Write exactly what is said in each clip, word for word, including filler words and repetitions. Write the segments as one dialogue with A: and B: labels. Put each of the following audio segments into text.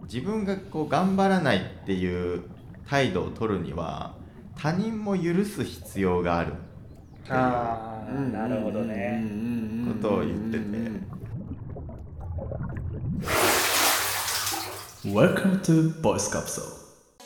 A: 自分がこう頑張らないっていう態度を取るには他人も許す必要があるっていう
B: ああ、なるほどね。
A: ことを言ってて、
C: Welcome to Voice Capsule。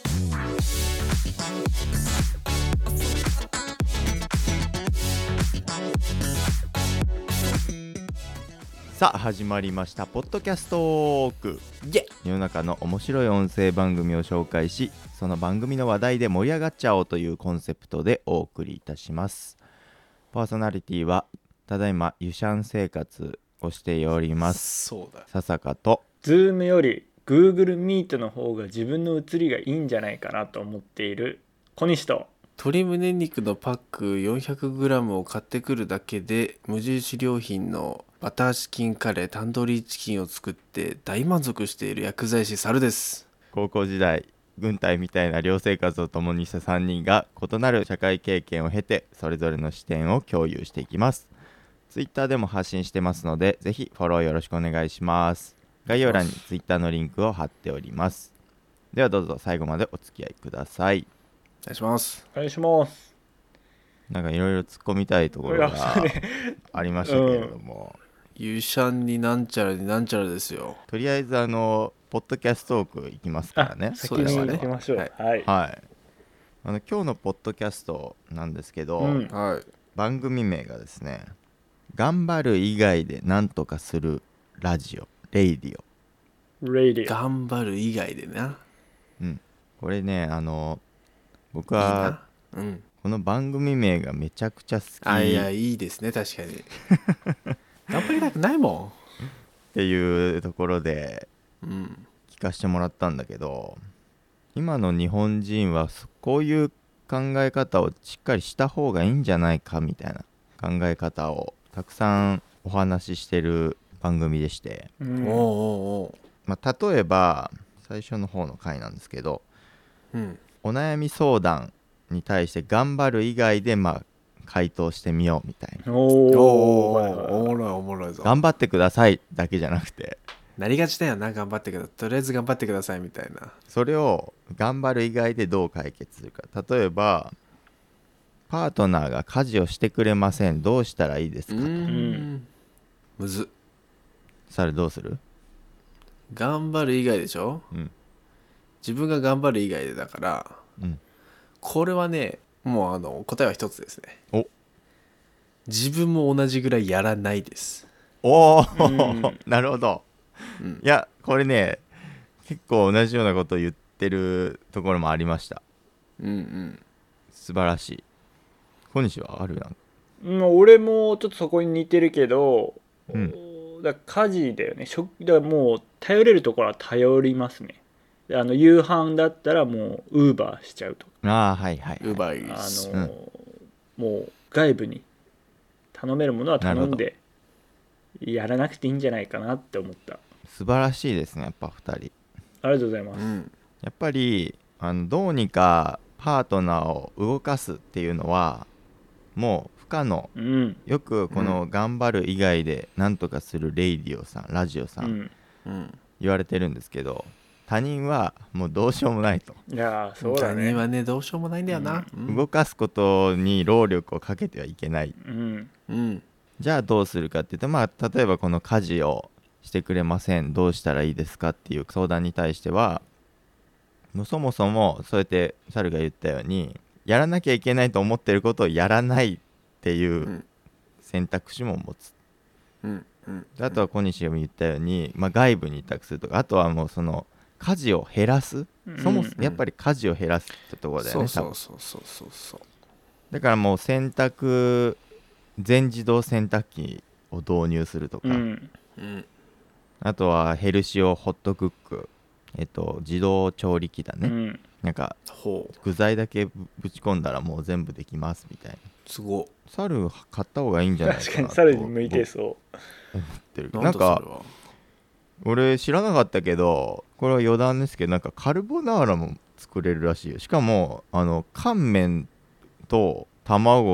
A: さあ始まりましたポッドキャストトーク。世の中の面白い音声番組を紹介し、その番組の話題で盛り上がっちゃおうというコンセプトでお送りいたします。パーソナリティはただいま湯シャン生活をしております
C: そうだ。
A: 笹香と、
B: ズームより Google Meet の方が自分の写りがいいんじゃないかなと思っている小西と、
C: 鶏胸肉のパック よんひゃくグラム を買ってくるだけで無印良品のバターチキンカレータンドリーチキンを作って大満足している薬剤師サルです。
A: 高校時代軍隊みたいな寮生活を共にしたさんにんが異なる社会経験を経てそれぞれの視点を共有していきます。ツイッターでも発信してますのでぜひフォローよろしくお願いします。概要欄にツイッターのリンクを貼っております。ではどうぞ最後までお付き合いください。
C: お願いします。
B: お願いします。
A: なんかいろいろ突っ込みたいところがありましたけれども、
C: ユーシャンになんちゃらになんちゃらですよ。
A: とりあえずあのポッドキャストトークいきますからね。
B: 先に行きましょう。
C: はい
B: はい。
A: はい。あの今日のポッドキャストなんですけど、
B: うん
C: はい。
A: 番組名がですね、頑張る以外で何とかするラジオ、レイディオ。
B: レディオ。
C: 頑張る以外でな。
A: うん。これね、あの僕
C: いい
A: は
C: な。うん。
A: この番組名がめちゃくちゃ好き
C: あ、いや
A: っ
C: いいですね、確かに。頑張りたくないも
A: ていうところで
C: ん。うん。
A: 聞かせてもらったんだけど、今の日本人はこういう考え方をしっかりした方がいいんじゃないかみたいな考え方をたくさんお話ししてる番組でして、
B: うん
C: おうおうお
A: まあ、例えば最初の方の回なんですけど、
C: う。うん。
A: お悩み相談に対して頑張る以外でまあ回答してみようみたいな、
B: お
C: お
B: お。
C: お
B: はいはい
C: おもろいおもろいぞ。
A: 頑張ってくださいだけじゃなくて、
C: なりがちだよな、頑張ってください。とりあえず頑張ってくださいみたいな。
A: それを頑張る以外でどう解決するか。例えばパートナーが家事をしてくれません、どうしたらいいですかと。
C: ん。むずっ。
A: それどうする？
C: 頑張る以外でしょ。
A: うん
C: 自分が頑張る以外でだから、
A: うん
C: これはね、もうあの答えは一つですね。
A: お
C: 自分も同じぐらいやらないです。
A: お
B: う
A: ー
B: ん
A: なるほど。
C: うん
A: いやこれね結構同じようなことを言ってるところもありました。
C: うんうん
A: 素晴らしい。小西はある？なんか
B: うん俺もちょっとそこに似てるけど、
A: うん
B: だから家事だよね。食だからもう頼れるところは頼りますね。であの夕飯だったらもうウーバーしちゃうとか、
A: ああはいはい、
C: ウーバーイ
B: あ
C: ーツ。
B: の、もう外部に頼めるものは頼んでやらなくていいんじゃないかなって思った。
A: 素晴らしいですね。やっぱふたり
B: ありがとうございます。
C: うん
A: やっぱりあのどうにかパートナーを動かすっていうのはもう不可能。
B: うん
A: よくこの頑張る以外で何とかするレイディオさん、ラジオさ
B: うんん
C: うん。
A: 言われてるんですけど、他人はもうどうしようもないと、
B: いやーそうだ
C: 他人
B: ね。
C: はねどうしようもないんだよな。うん
A: 動かすことに労力をかけてはいけない。
B: うん
C: うん
A: じゃあどうするかっていうと、まあ例えばこの家事をしてくれません、どうしたらいいですかっていう相談に対しては、もうそもそもそうやってサルが言ったようにやらなきゃいけないと思ってることをやらないっていううん選択肢も持つ。
C: うんうん
A: であとは小西が言ったように、まあ、外部に委託するとか、あとはもうその家事を減らす、そもそもやっぱり家事を減らすってところだよね。
C: そうそ
A: 多分
C: うそうそうそうそう。
A: だからもう洗濯全自動洗濯機を導入するとか、
B: うん
C: うん
A: あとはヘルシオホットクック、えっと自動調理器だね、
B: うん
A: なんか
C: ほう
A: 具材だけぶぶち込んだらもう全部できますみたいな。
C: すごっ。
A: 猿買った方がいいんじゃないかな
B: 確かに
A: と
B: 猿に向いてそ
A: 思ってる。
C: な
A: なんんか
C: だそれは。
A: 俺知らなかったけど、これは余談ですけど、なんかカルボナーラも作れるらしいよ。しかもあの乾麺と卵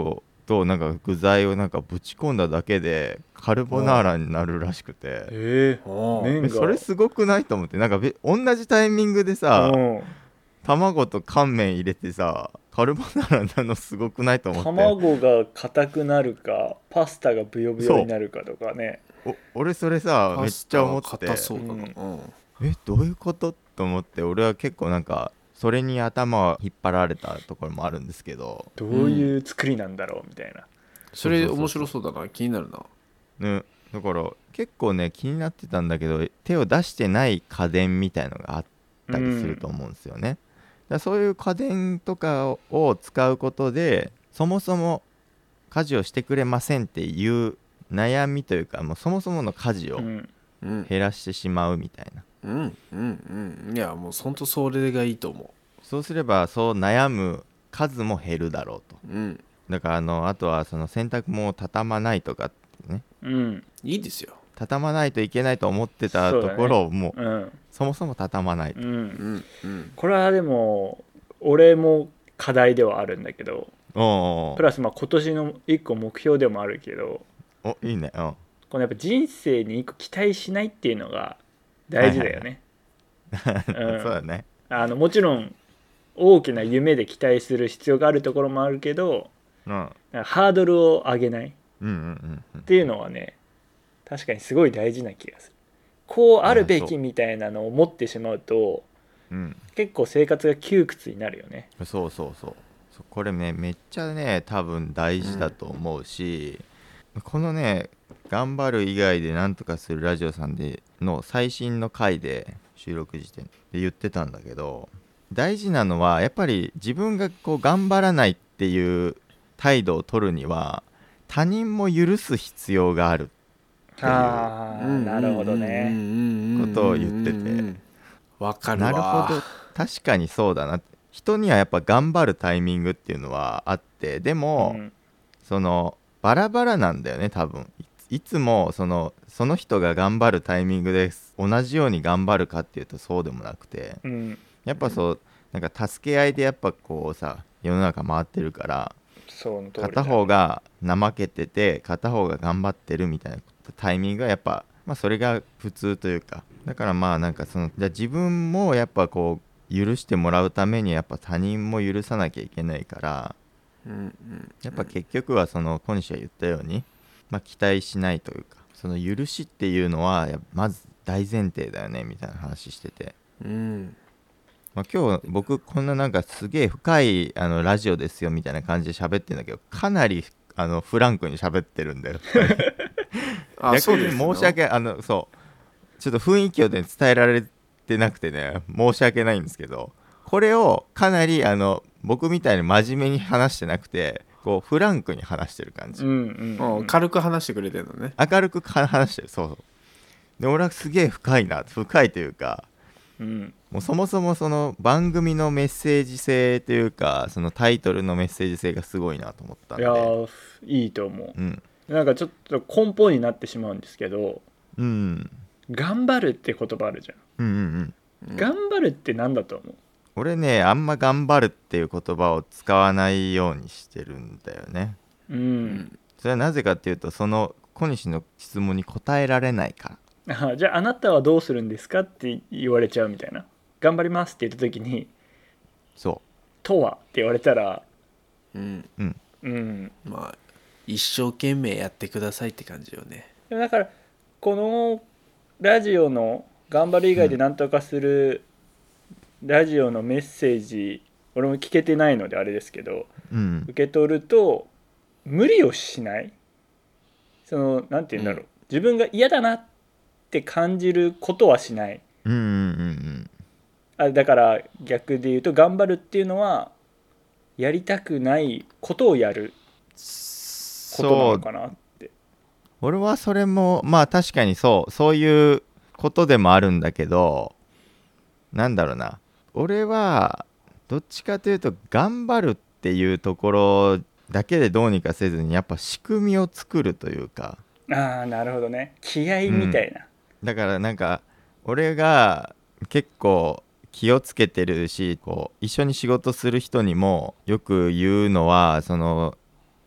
A: となんか具材をなんかぶち込んだだけでカルボナーラになるらしくて、
B: え
C: あー
B: 麺が
A: えそれすごくないと思って、なんかべ同じタイミングでさ
B: うん
A: 卵と乾麺入れてさカルボナーラになるのすごくないと思って、
B: 卵が硬くなるかパスタがブヨブヨになるかとかね。
A: お俺それさめっちゃ思って
C: 硬そうだな、
B: うん
C: うん
A: えどういうことと思って、俺は結構なんかそれに頭を引っ張られたところもあるんですけど
B: どういう作りなんだろうみたいな。
C: それ面白そうだな、気になるな。
A: ね、だから結構ね気になってたんだけど手を出してない家電みたいのがあったりすると思うんですよね、だからそういう家電とかを使うことでそもそも家事をしてくれませんっていう悩みというか、もうそもそもの家事を
B: うん
C: うん
A: 減らしてしまうみたいな、
C: うんうんうん。いやもうほんとそれがいいと思
A: そうすればそう悩む数も減るだろうと。
C: う。うん、
A: だからあのあとはその洗濯物を畳まないとかってね、
B: うん
C: いいですよ。
A: 畳まないといけないと思ってたと
B: そうだね
A: ころをもう
B: うん
A: そもそも畳まないと、
B: うん
C: うんうん
B: これはでも俺も課題ではあるんだけど、
A: おー
B: プラスまあ今年の一個目標でもあるけど、
A: おいいね、うん
B: このやっぱ人生に一個期待しないっていうのが大事だよね。うん
A: そうだね、
B: あのもちろん大きな夢で期待する必要があるところもあるけど、
A: うん、
B: なんかハードルを上げないっ
A: うんうんうんうん
B: ていうのはね、確かにすごい大事な気がする。こうあるべ
A: いやそう
B: きみたいなのを持ってしまうと
A: うん
B: 結構生活が窮屈になるよね。
A: そうそうそうそうこれねめっちゃね多分大事だと思うし、このね頑張る以外でなんとかするラジオさんでの最新の回で収録時点で言ってたんだけど、大事なのはやっぱり自分がこう頑張らないっていう態度を取るには他人も許す必要があるっていう
B: ああなるほどね。
A: ことを言ってて、
C: わかるわ。
A: なるほど確かにそうだな。人にはやっぱ頑張るタイミングっていうのはあって、でも、
B: うん
A: そのバラバラなんだよね多分。いつもそのその人が頑張るタイミングで同じように頑張るかっていうとそうでもなくて、
B: うん
A: やっぱそうなんか助け合いでやっぱこうさ世の中回ってるから、
B: その通りだ
A: 片方が怠けてて片方が頑張ってるみたいなタイミングがやっぱ、まあ、それが普通というか、だからまあなんかそのじゃあ自分もやっぱこう許してもらうためにやっぱ他人も許さなきゃいけないから、
C: うんうん
A: やっぱ結局はその小西が言ったように、まあ、期待しないというか、その許しっていうのはやっぱまず大前提だよねみたいな話してて、
C: うん
A: まあ、今日僕こんななんかすげえ深いあのラジオですよみたいな感じで喋ってるんだけど、かなりあのフランクに喋ってるんだよ
C: あそう
A: 逆に
C: ですよ
A: 申し訳あのそうちょっと雰囲気を、ね、伝えられてなくてね申し訳ないんですけど、これをかなりあの僕みたいに真面目に話してなくてこうフランクに話してる感じ、
B: うんうん
C: う
B: うんん
C: 軽く話してくれてるのね。
A: 明るく話してる。そうそうで俺はすげえ深いな深いというか、
B: うん
A: もうそもそもその番組のメッセージ性というかそのタイトルのメッセージ性がすごいなと思ったんで、
B: いやーいいと思
A: うん
B: う。なんかちょっと根本になってしまうんですけど、
A: うん
B: 頑張るって言葉あるじゃん、
A: うんうんうん
C: うん
B: 頑張るって何だと思う？
A: 俺ねあんま頑張るっていう言葉を使わないようにしてるんだよね。
B: う
C: うんん
A: それはなぜかっていうとその小西の質問に答えられないから
B: あじゃああなたはどうするんですかって言われちゃうみたいな。頑張りますって言った時に
A: そ
B: とはって言われたら
C: うん
A: ううん
B: うん
C: まあ一生懸命やってくださいって感じよね。
B: でもだからこのラジオの頑張る以外で何とかするラジオのメッセージ、俺も聞けてないのであれですけど
A: うん
B: 受け取ると無理をしない、そのなんて言うんだろう、
C: うん
B: 自分が嫌だなって感じることはしない。
A: うんうんうん
B: あだから逆で言うと頑張るっていうのはやりたくないことをやることな
A: そう
B: のかなって。
A: 俺はそれもまあ確かにそうそういうことでもあるんだけど、なんだろうな、俺はどっちかというと頑張るっていうところだけでどうにかせずにやっぱ仕組みを作るというか、
B: ああなるほどね、気合みたいな、
A: だからなんか俺が結構気をつけてるしこう一緒に仕事する人にもよく言うのは、その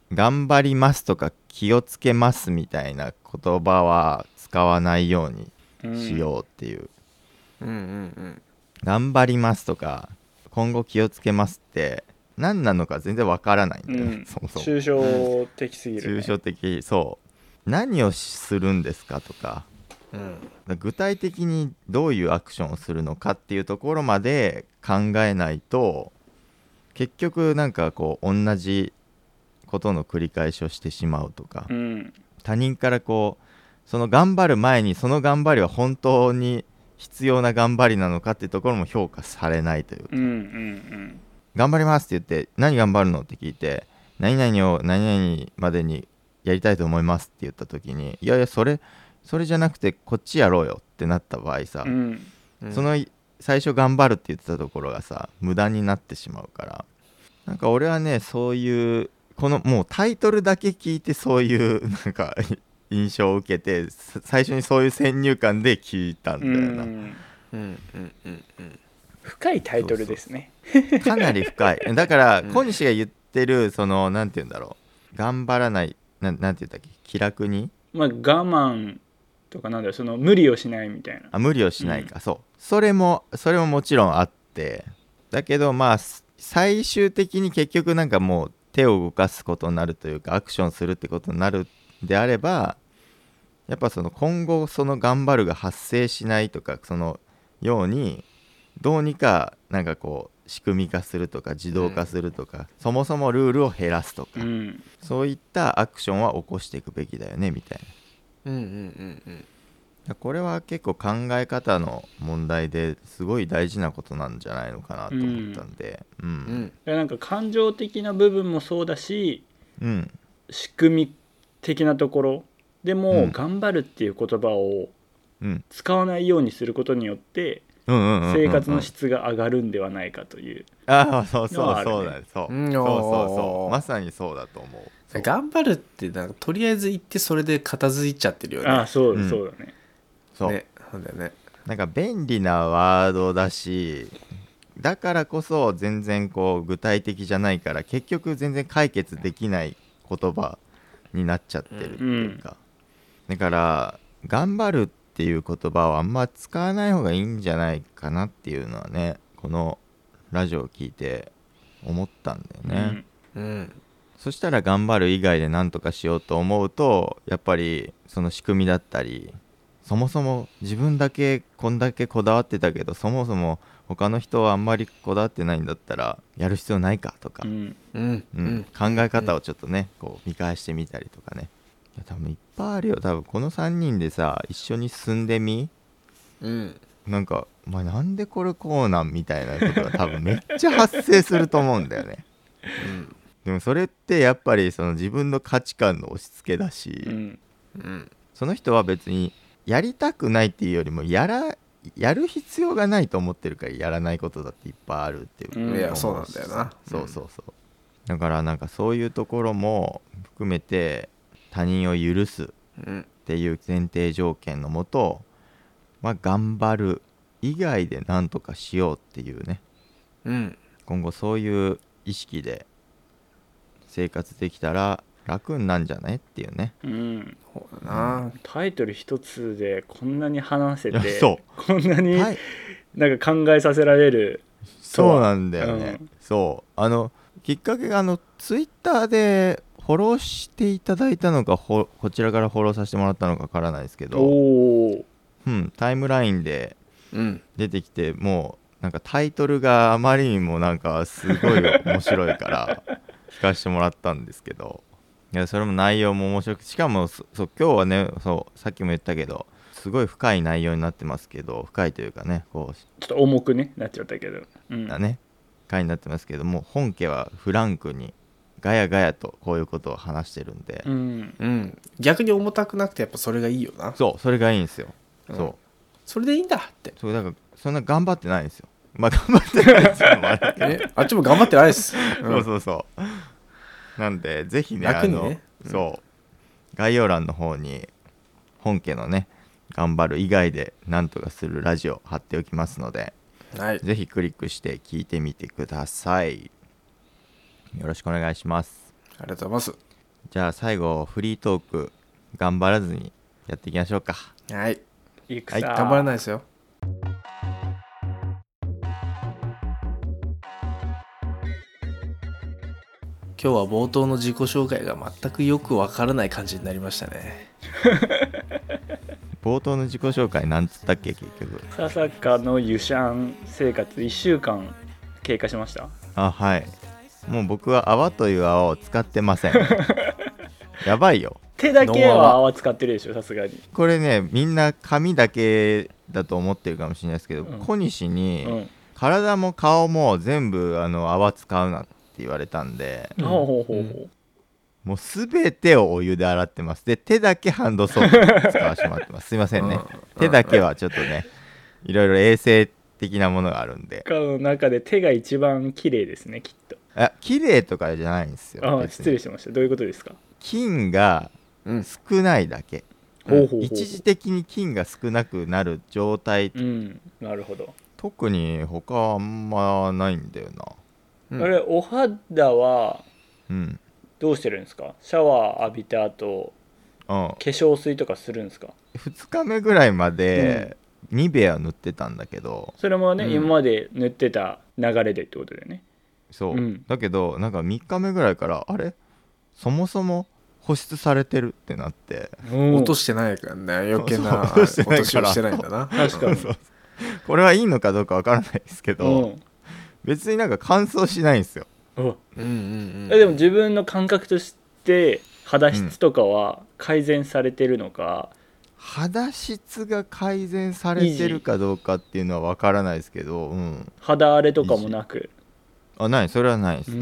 A: 頑張りますとか気をつけますみたいな言葉は使わないようにしようっていう、
C: うんうんうん
A: 頑張りますとか今後気をつけますって何なのか全然わからないんだよね、
B: うん、
A: そもそも
B: 抽象的すぎる、ね、
A: 抽象的。そう何をするんですかとか、
C: うん
A: 具体的にどういうアクションをするのかっていうところまで考えないと結局なんかこう同じことの繰り返しをしてしまうとか、
B: うん、
A: 他人からこうその頑張る前にその頑張りは本当に必要な頑張りなのかっていうところも評価されないというか、
B: うんうんうん
A: 頑張りますって言って何頑張るのって聞いて何々を何々までにやりたいと思いますって言った時にいやいやそれそれじゃなくてこっちやろうよってなった場合さ、
B: うん
A: その最初頑張るって言ってたところがさ無駄になってしまうから、なんか俺はねそういうこのもうタイトルだけ聞いてそういうなんか印象を受けて最初にそういう先入観で聞いたんだよな、
B: うん
C: うんうんうんうん
B: 深いタイトルですね。
A: かなり深い。だから
C: うん
A: 小西が言ってるそのなんて言うんだろう頑張らないななんて言ったっけ気楽に
B: まあ我慢とかなんだろうその無理をしないみたいな。
A: あ無理をしないか、そうそれもそれももちろんあってだけどまあ最終的に結局なんかもう手を動かすことになるというかアクションするってことになるであればやっぱその今後その頑張るが発生しないとかそのようにどうにかなんかこう仕組み化するとか自動化するとか、うん、そもそもルールを減らすとか、
B: うん、
A: そういったアクションは起こしていくべきだよねみたい
C: うんうんうんうん
A: な。これは結構考え方の問題ですごい大事なことなんじゃないのかなと思ったんで、うん
C: うん
B: うん、なんか感情的な部分もそうだし、
A: うん、
B: 仕組み的なところでも、
A: うん
B: 頑張るっていう言葉を
A: うん
B: 使わないようにすることによって
A: うんうんうんうんうん
B: 生活の質が上がるんではないかという。
A: ああそうそう
B: のはあるね
A: そうだよそう
C: うん
A: そうそう
C: おー
A: そうまさにそうだと思う。そう
C: 頑張るってなんかとりあえず言ってそれで片付いちゃってるよね。
B: ああそうだ、
A: うん
B: そうだね。
A: そう、
C: ね、そうだよね。
A: なんか便利なワードだしだからこそ全然こう具体的じゃないから結局全然解決できない言葉になっちゃってるっていうか、だから頑張るっていう言葉をあんま使わない方がいいんじゃないかなっていうのはねこのラジオを聞いて思ったんだよね、
B: うん
C: うん
A: そしたら頑張る以外で何とかしようと思うとやっぱりその仕組みだったりそもそも自分だけこんだけこだわってたけどそもそも他の人はあんまりこだわってないんだったらやる必要ないかとか、
B: うん
C: うん
A: うん考え方をちょっとねこう見返してみたりとかね、いや多分いっぱいあるよ。多分このさんにんでさ一緒に住んでみ
C: うん
A: なんかお前なんでこれこうなんみたいなことが多分めっちゃ発生すると思うんだよね
C: うん
A: でもそれってやっぱりその自分の価値観の押し付けだし、
B: うん
C: うん
A: その人は別にやりたくないっていうよりもやらやる必要がないと思ってるからやらないことだっていっぱいあるっていう、
B: うん
C: いやそうなんだよな。
A: そうそうそうだからなんかそういうところも含めて他人を許すっ
C: うん
A: ていう前提条件のもと、まあ、頑張る以外で何とかしようっていうね
C: うん
A: 今後そういう意識で生活できたら楽になんじゃないっていうね。
B: うん
C: そうだな。
B: タイトル一つでこんなに話せ
A: いや
B: て
A: そ
B: こんなに
A: はい
B: なんか考えさせられる。
A: そうなんだよね、
B: うん
A: そうあのきっかけがあのツイッターでフォローしていただいたのかほこちらからフォローさせてもらったのかわからないですけど、
B: おお。
A: うん、タイムラインで
C: うん
A: 出てきてもうなんかタイトルがあまりにもなんかすごい面白いから聞かせてもらったんですけど、いやそれも内容も面白くしかもそそう今日はねそうさっきも言ったけどすごい深い内容になってますけど深いというかねこ
B: ちょっと重くねなっちゃったけど。うん
A: うだね回になってますけども本家はフランクにガヤガヤとこういうことを話してるんで、
B: うん
C: うん逆に重たくなくてやっぱそれがいいよな。
A: そうそれがいいんですよ、
C: うん
A: そう
C: それでいいんだって。
A: そうだからそんな頑張ってないんですよまあ頑張ってないですよあれ
C: えあっちも頑張ってないです。
A: そうそうそうなんでぜひね
C: 楽にね
A: あの、そう概要欄の方に本家のね頑張る以外で何とかするラジオ貼っておきますので
C: はい
A: ぜひクリックして聞いてみてください。よろしくお願いします。
C: ありがとうございます。
A: じゃあ最後フリートーク頑張らずにやっていきましょうか。
C: はい、
B: いくさ、
C: 頑張らないですよ。今日は冒頭の自己紹介が全くよくわからない感じになりましたね。
A: 冒頭の自己紹介なんつったっけ結局。
B: ささかのユシャン生活いっしゅうかん経過しました。
A: あ、はい。もう僕は泡という泡を使ってません。やばいよ。
B: 手だけは泡使ってるでしょ、さすがに。
A: これね、みんな髪だけだと思ってるかもしれないですけど、
B: うん、
A: 小西に、
B: うん、
A: 体も顔も全部あの泡使うなって言われたんで、
B: うん、ほうほうほうほう、
A: もうすべてをお湯で洗ってます。で、手だけハンドソープ使わせてもらってます。すいませんね。
C: うん、
A: 手だけはちょっとね、いろいろ衛生的なものがあるんで。
B: 顔の中で手が一番綺麗ですね、きっと。
A: あ、綺麗とかじゃないんですよ。
B: あ、失礼しました。どういうことですか？
A: 菌が少ないだけ、
B: うん、ほうほうほう、
A: 一時的に菌が少なくなる状態、
B: うん、なるほど。
A: 特に他あんまないんだよな、
B: うん、あれ、お肌はどうしてるんですか？シャワー浴びた後、うん、化粧水とかするんですか？
A: ふつかめぐらいまでニベア塗ってたんだけど、
B: それもね、
A: うん、
B: 今まで塗ってた流れでってことでね。
A: そう、うん、だけどなんかみっかめぐらいからあれそもそも保湿されてるってなって、
C: 落としてないからね、余計な落としをしてないんだな。
B: 確かに
A: これはいいのかどうかわからないですけど、うん、別になんか乾燥しないんですよ。
B: うんうんうん、でも自分の感覚として肌質とかは改善されてるのか、うん、
A: 肌質が改善されてるかどうかっていうのはわからないですけど、うん、
B: 肌荒れとかもなく。
A: あ、ない、それはないですね。
B: うん、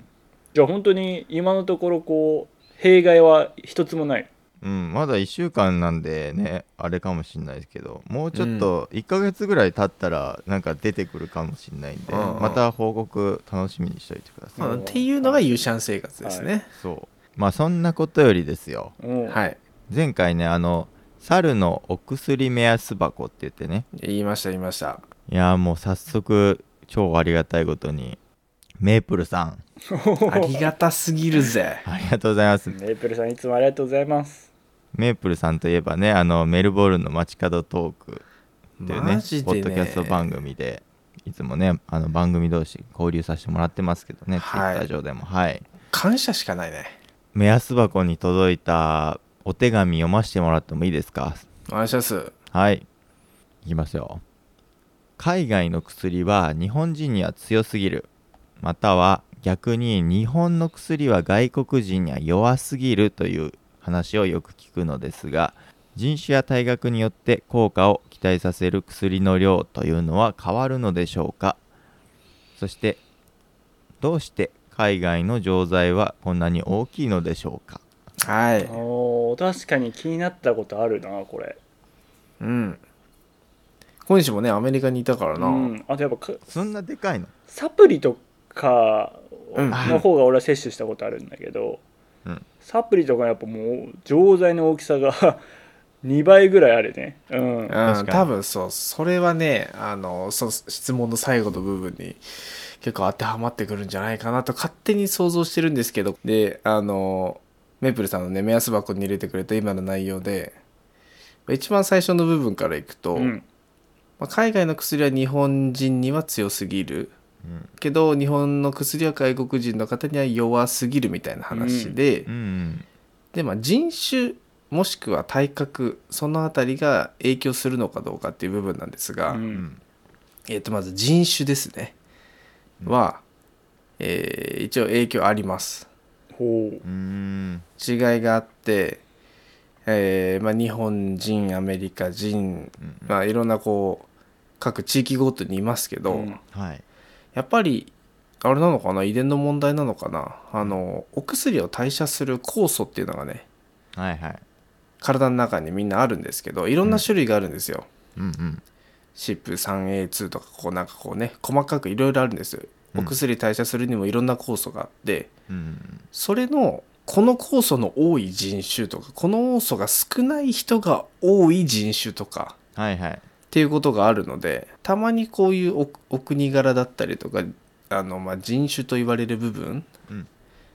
B: じゃあ本当に今のところこう弊害は一つもない。
A: うん、まだいっしゅうかんなんでね、あれかもしれないですけど、もうちょっといっかげつぐらい経ったらなんか出てくるかもしれないんで、うん、また報告楽しみにしておいてください。
C: うん、っていうのがユシャン生活ですね、はい、
A: そう。まあそんなことよりですよ、
C: はい、
A: 前回ね、あの猿のお薬目安箱って言ってね、
C: 言いました言いました。
A: いやもう早速超ありがたいことにメープルさん
C: ありがたすぎるぜ。
A: ありがとうございます。
B: メープルさんいつもありがとうございます。
A: メープルさんといえばね、あのメルボルンの街角トークっていう ね, ねポッドキャスト番組でいつもね、あの番組同士交流させてもらってますけどね、はい、ツイッター上でも、はい、
C: 感謝しかないね。
A: 目安箱に届いたお手紙読ませてもらってもいいですか？
C: お願いします。
A: はい、いきますよ。海外の薬は日本人には強すぎる、または逆に日本の薬は外国人には弱すぎるという話をよく聞くのですが、人種や体格によって効果を期待させる薬の量というのは変わるのでしょうか？そしてどうして海外の錠剤はこんなに大きいのでしょうか？
C: はい、
B: お確かに気になったことあるなこれ。
C: うん、小西もねアメリカにいたからな、うん、
B: あとやっぱ
A: そんなでかいの？
B: サプリとかの方が俺は摂取したことあるんだけど、うん、サプリとかやっぱもう錠剤の大きさがにばいぐらいあるね。うん、
C: うん、多分そう、それはね、あのその質問の最後の部分に結構当てはまってくるんじゃないかなと勝手に想像してるんですけど、であのメープルさんのね目安箱に入れてくれた今の内容で一番最初の部分からいくと、うんまあ、海外の薬は日本人には強すぎる、うん、けど日本の薬は外国人の方には弱すぎるみたいな話で、うんうん、でまあ人種もしくは体格そのあたりが影響するのかどうかっていう部分なんですが、うんえー、とまず人種ですね、うん、は、えー、一応影響あります。
B: ほう
C: うん違いがあって、えーまあ、日本人アメリカ人、うんまあ、いろんなこう各地域ごとにいますけど、うんはい、やっぱりあれなのかな、遺伝の問題なのかな、あのお薬を代謝する酵素っていうのがね、はいはい、体の中にみんなあるんですけど、いろんな種類があるんですよ、うんうん、シップ スリーエーツー とかこうなんかこうね細かくいろいろあるんですよ。お薬代謝するにもいろんな酵素があって、うん、それのこの酵素の多い人種とかこの酵素が少ない人が多い人種とか、はいはい、っていうことがあるので、たまにこういう お, お国柄だったりとかあの、まあ、人種と言われる部分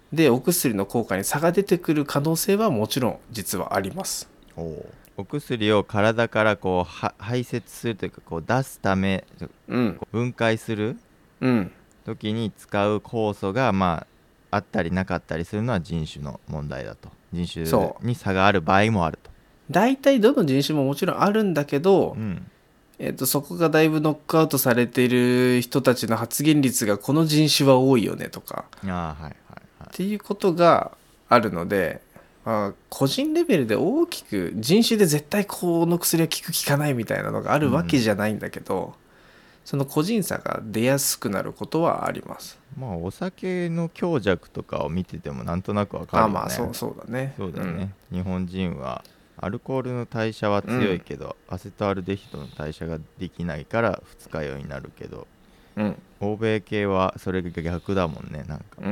C: でお薬の効果に差が出てくる可能性はもちろん実はあります。
A: おお薬を体からこうは排泄するというかこう出すため、うん、分解する時に使う酵素がまああったりなかったりするのは人種の問題だと。人種に差がある場合もあると。
C: 大体どの人種ももちろんあるんだけど、うんえー、とそこがだいぶノックアウトされている人たちの発言率がこの人種は多いよねとかあ、はいはいはい、っていうことがあるので、まあ、個人レベルで大きく人種で絶対この薬は効く効かないみたいなのがあるわけじゃないんだけど、うん、その個人差が出やすくなることはあります。
A: まあお酒の強弱とかを見ててもなんとなくわかるよね。
C: あまあそうそうだね。
A: そうだね、うん、日本人はアルコールの代謝は強いけど、うん、アセトアルデヒドの代謝ができないから二日酔いになるけど、うん、欧米系はそれが逆だもんね。なんか、うん、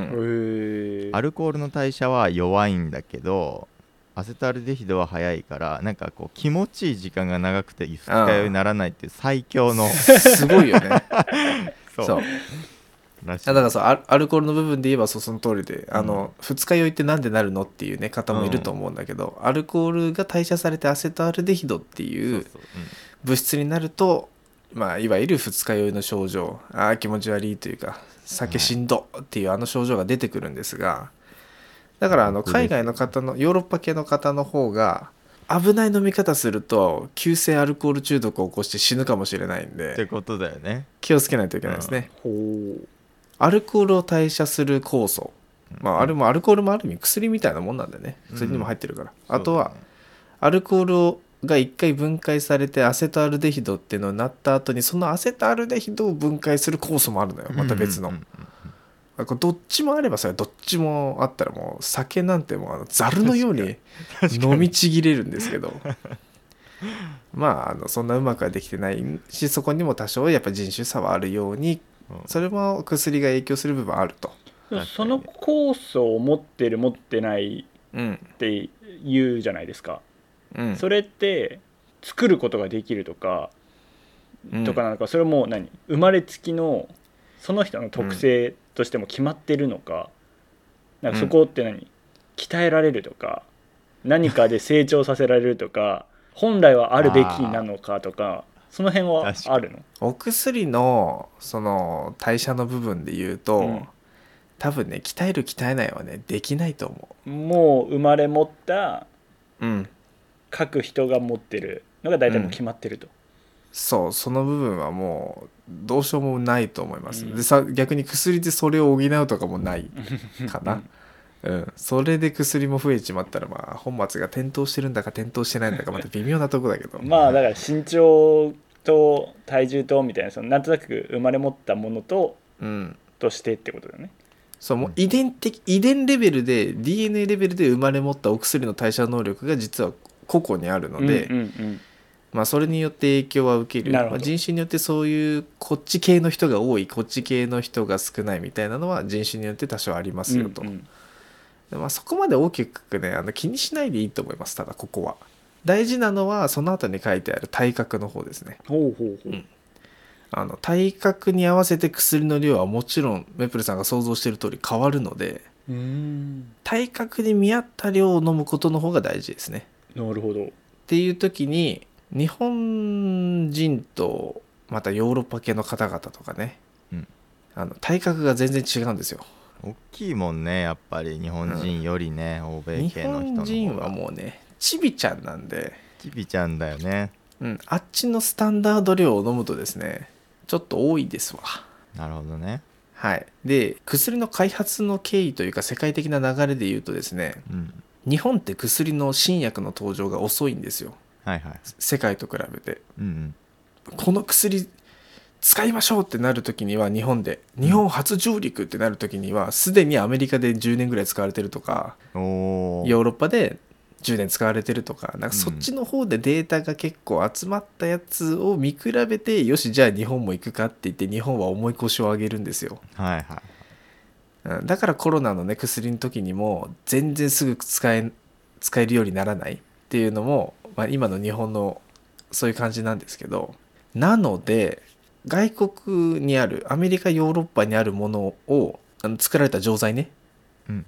A: アルコールの代謝は弱いんだけどアセトアルデヒドは早いからなんかこう気持ちいい時間が長くて二日酔いにならないっていう最強の
C: すごいよね
A: そう
C: そうだからそうアルコールの部分で言えばそうその通りで、あの、うん、二日酔いってなんでなるのっていうね方もいると思うんだけど、うん、アルコールが代謝されてアセトアルデヒドっていう物質になると、まあ、いわゆる二日酔いの症状、あー気持ち悪いというか酒しんどっていうあの症状が出てくるんですが、だからあの海外の方のヨーロッパ系の方の方が危ない飲み方すると急性アルコール中毒を起こして死ぬかもしれないんで
A: ってことだよね。
C: 気をつけないといけないですね、うん、アルコールを代謝する酵素、まあ、あれもアルコールもある意味薬みたいなもんなんだよね。薬にも入ってるから、うん、あとは、ね、アルコールをが一回分解されてアセトアルデヒドっていうのになった後にそのアセトアルデヒドを分解する酵素もあるのよ、また別の、うんうんうんうん、どっちもあればそれどっちもあったらもう酒なんてもうあのザルのように飲みちぎれるんですけどまあ、あのそんなうまくはできてないしそこにも多少やっぱ人種差はあるようにそれも薬が影響する部分あると。
B: その酵素を持ってる持ってないって言うじゃないですか、うん、それって作ることができるとか、うん、とかなのかそれも何生まれつきのその人の特性としても決まってるのか、うん、なんかそこって何鍛えられるとか何かで成長させられるとか本来はあるべきなのかとかその辺はあるの？
C: お薬のその代謝の部分で言うと、うん、多分ね鍛える鍛えないはねできないと思
B: う。もう生まれ持った、うん、各人が持ってるのが大体もう決まってると、うん、
C: そうその部分はもうどうしようもないと思います、うん、でさ逆に薬でそれを補うとかもないかなうん、それで薬も増えちまったらまあ本末が転倒してるんだか転倒してないんだかまた微妙なとこだけど
B: まあだから身長と体重とみたいなそのなんとなく生まれ持ったものと、うん、としてってことだよね。
C: そうもう遺伝的遺伝レベルで ディーエヌエー レベルで生まれ持ったお薬の代謝能力が実は個々にあるので、うんうんうんまあ、それによって影響は受ける、まあ、人種によってそういうこっち系の人が多いこっち系の人が少ないみたいなのは人種によって多少ありますよと、うんうんまあ、そこまで大きくねあの気にしないでいいと思います。ただここは大事なのはその後に書いてある体格の方ですね。
B: ほうほうほう、うん、
C: あの体格に合わせて薬の量はもちろんメプルさんが想像している通り変わるのでうーん体格に見合った量を飲むことの方が大事ですね。
B: なるほど。
C: っていう時に日本人とまたヨーロッパ系の方々とかね、うん、あの体格が全然違うんですよ。
A: 大きいもんねやっぱり日本人よりね、うん、欧米系の人の方が。日本
C: 人はもうねチビちゃんなんで
A: チビちゃんだよね、
C: うん、あっちのスタンダード量を飲むとですねちょっと多いですわ。
A: なるほどね。
C: はいで薬の開発の経緯というか世界的な流れで言うとですね、うん、日本って薬の新薬の登場が遅いんですよ、はいはい、世界と比べて、うんうん、この薬使いましょうってなるときには日本で日本初上陸ってなるときにはすでにアメリカでじゅうねんぐらい使われてるとか、ヨーロッパでじゅうねん使われてるとか、なんかそっちの方でデータが結構集まったやつを見比べて、よしじゃあ日本も行くかって言って日本は重い腰を上げるんですよ。はいはい。だからコロナのね薬の時にも全然すぐ使え使えるようにならないっていうのも、まあ、今の日本のそういう感じなんですけど、なので外国にあるアメリカヨーロッパにあるものをあの作られた錠剤ね、うん、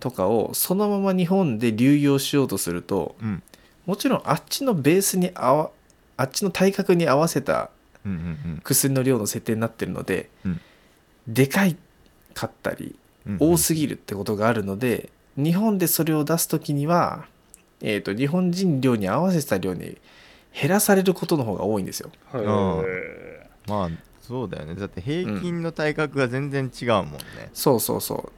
C: とかをそのまま日本で流用しようとすると、
A: うん、
C: もちろんあっちのベースに合わあっちの体格に合わせた
A: うんうん
C: 薬の量の設定になってるので、
A: うん、
C: でかいかったり
A: うん、
C: 多すぎるってことがあるので、日本でそれを出すときには、えーと、日本人量に合わせた量に減らされることの方が多いんですよ。
B: へえ。
A: まあそうだよね。だって平均の体格が全然違うもんね、うん、
C: そうそうそう。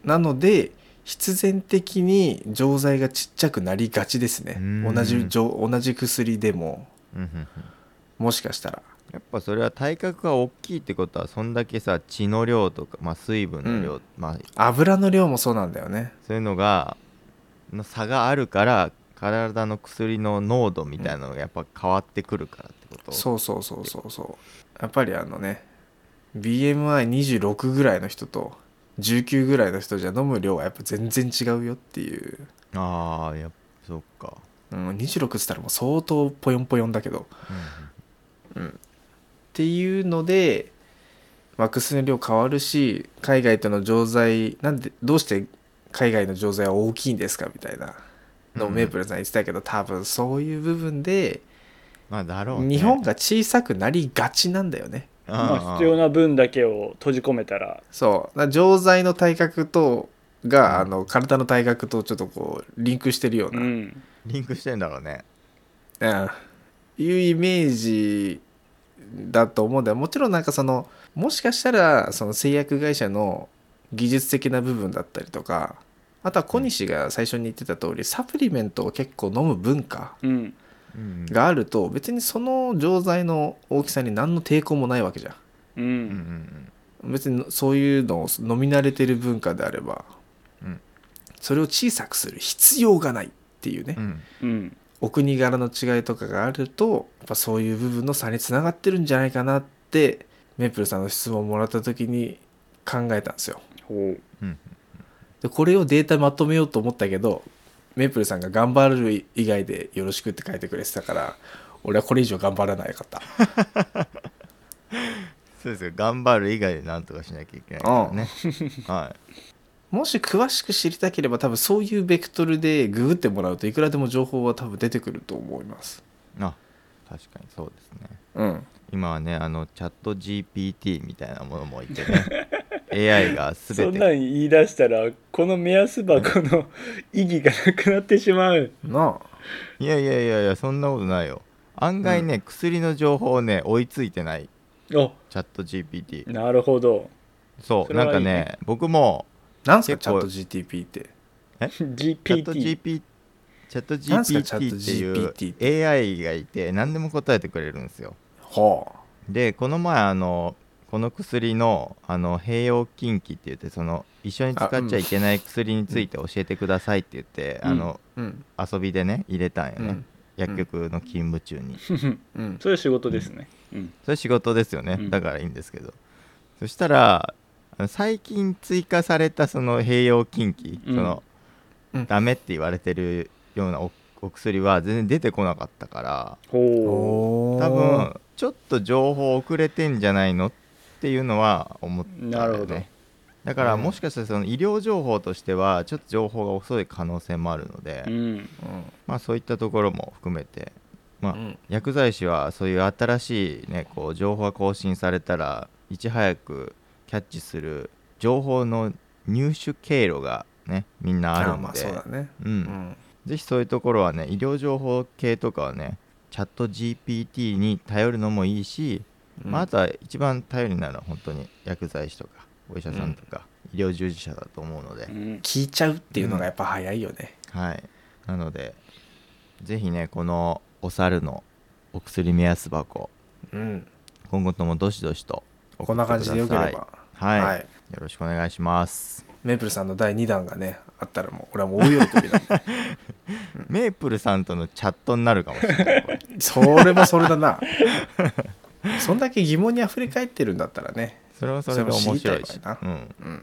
C: なので必然的に錠剤がちっちゃくなりがちですね。同じ同じ薬でも、うんうんうん、もしかしたら
A: やっぱそれは体格が大きいってことはそんだけさ血の量とか、まあ、水分の量、うん、ま
C: あ、油の量もそうなんだよね。
A: そういうのがの差があるから体の薬の濃度みたいなのがやっぱ変わってくるからってこと、
C: うん、そうそうそうそうそう。やっぱりあのね ビーエムアイにじゅうろく ぐらいの人とじゅうきゅうぐらいの人じゃ飲む量はやっぱ全然違うよっていう。
A: ああ、やっぱそっか、
C: うん、にじゅうろくっつったらもう相当ポヨンポヨンだけど、うん、うん、っていうので、まあ、薬の量変わるし、海外との錠剤なんでどうして海外の錠剤は大きいんですかみたいなのをメープルさん言ってたけど、うん、多分そういう部分で、
A: まあだろうね、
C: 日本が小さくなりがちなんだよね。
B: まあ、必要な分だけを閉じ込めたら、
C: そう錠剤の体格とが、うん、あの体の体格とちょっとこうリンクしてるような、うん、
A: リンクしてんだろうね、
C: うん、いうイメージだと思うんだよ。もちろんなんかそのもしかしたらその製薬会社の技術的な部分だったりとか、あとは小西が最初に言ってた通り、うん、サプリメントを結構飲む文化があると別にその錠剤の大きさに何の抵抗もないわけじゃん、うんうんうん、別にそういうのを飲み慣れてる文化であれば、うん、それを小さくする必要がないっていうね、うんうん、お国柄の違いとかがあるとやっぱそういう部分の差につながってるんじゃないかなってメープルさんの質問をもらった時に考えたんですよ。ほう、うん、でこれをデータまとめようと思ったけどメープルさんが頑張る以外でよろしくって書いてくれてたから俺はこれ以上頑張らなかった
A: そうですよ、頑張る以外で何とかしなきゃいけないからね、
C: はい、もし詳しく知りたければ多分そういうベクトルでググってもらうといくらでも情報は多分出てくると思います。
A: あ、確かにそうですね、うん、今はねあのチャット ジーピーティー みたいなものもいてねエーアイ が全て
B: そんなん言い出したらこの目安箱の意義がなくなってしまうなあ。
A: いやいやいやいやそんなことないよ。案外ね、うん、薬の情報ね追いついてないチャット ジーピーティー。
B: なるほど。
A: そう、なんかね僕も
C: なんすかチャット ジーティーピー って
A: え ジーピーティー チャット ジーピーティー っていう エーアイ がいて何でも答えてくれるんですよ。はあ、でこの前あのこの薬 の, あの併用禁忌って言ってその一緒に使っちゃいけない薬について教えてくださいって言って、うん、あの、うん、遊びでね入れたんよね、うん、薬局の勤務中に、
B: うん、それ仕事ですね、
A: うん、それ仕事ですよね、うん、だからいいんですけど、そしたら最近追加されたその併用禁忌、うん、その、うん、ダメって言われてるような お, お薬は全然出てこなかったから、ほ多分ちょっと情報遅れてんじゃないのっていうのは思ったよね。なるほど。だからもしかしたらその医療情報としてはちょっと情報が遅い可能性もあるので、うんうん、まあそういったところも含めて、まあうん、薬剤師はそういう新しいねこう情報が更新されたらいち早くキャッチする情報の入手経路がねみんなあるので、まあそうだね、うんうん、ぜひそういうところはね医療情報系とかはねチャット ジーピーティー に頼るのもいいし、うんまあ、あとは一番頼りになるのは本当に薬剤師とかお医者さんとか、うん、医療従事者だと思うので、うん、
C: 聞いちゃうっていうのがやっぱ早いよね、
A: うん、はい。なのでぜひねこのお猿のお薬目安箱、うん、今後ともどしどしと
C: こんな感じでよければ、
A: はい、はい、よろしくお願いします。
C: メープルさんのだいにだんがねあったらもう俺はもう大喜びだ、
A: うん、メープルさんとのチャットになるかもしれないこれ
C: それもそれだなそんだけ疑問にあふれ返ってるんだったらね
A: それはそれで面白いしな、うんうん、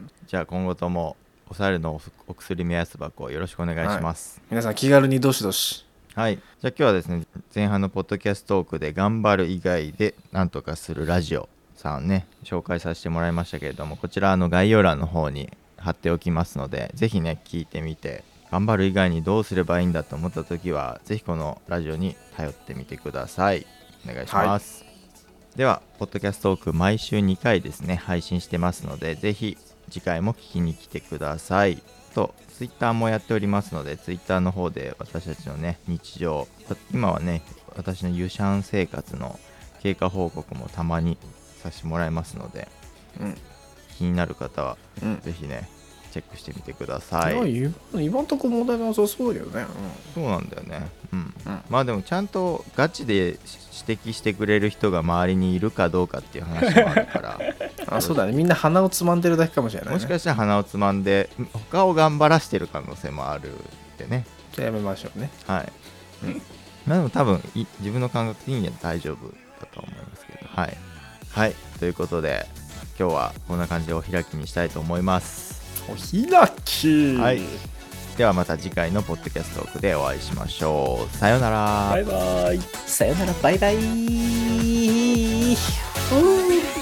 A: じゃあ今後ともお猿のお薬目安箱をよろしくお願いします、
C: はい、皆さん気軽にどしどし。
A: はい。じゃあ今日はですね前半のポッドキャストトークで頑張る以外でなんとかするラジオさんね紹介させてもらいましたけれども、こちらの概要欄の方に貼っておきますので、ぜひね聞いてみて、頑張る以外にどうすればいいんだと思った時はぜひこのラジオに頼ってみてください。お願いします、はい、ではポッドキャストトーク毎週にかいですね配信してますので、ぜひ次回も聞きに来てください。とツイッターもやっておりますので、ツイッターの方で私たちのね日常、今はね私のユシャン生活の経過報告もたまにさせてもらいますので、うん、気になる方は、うん、ぜひねチェックしてみてください。
C: いや今んとこ問題なさそうだよね、
A: うん、そうなんだよね、うんうん、まあでもちゃんとガチで指摘してくれる人が周りにいるかどうかっていう話もあるから
C: あ、そうだね、みんな鼻をつまんでるだけかもしれない、ね、
A: もしかしたら鼻をつまんで他を頑張らしてる可能性もあるってね。
C: じゃあやめましょうね。
A: はい、うん、まあでも多分い自分の感覚的には大丈夫だと思いますけど、はい、はい、ということで今日はこんな感じでお開きにしたいと思います。
C: お開き、
A: はい、ではまた次回のポッドキャストトークでお会いしましょう。さようなら。
B: バイバイ。
C: さようなら、バイバイ。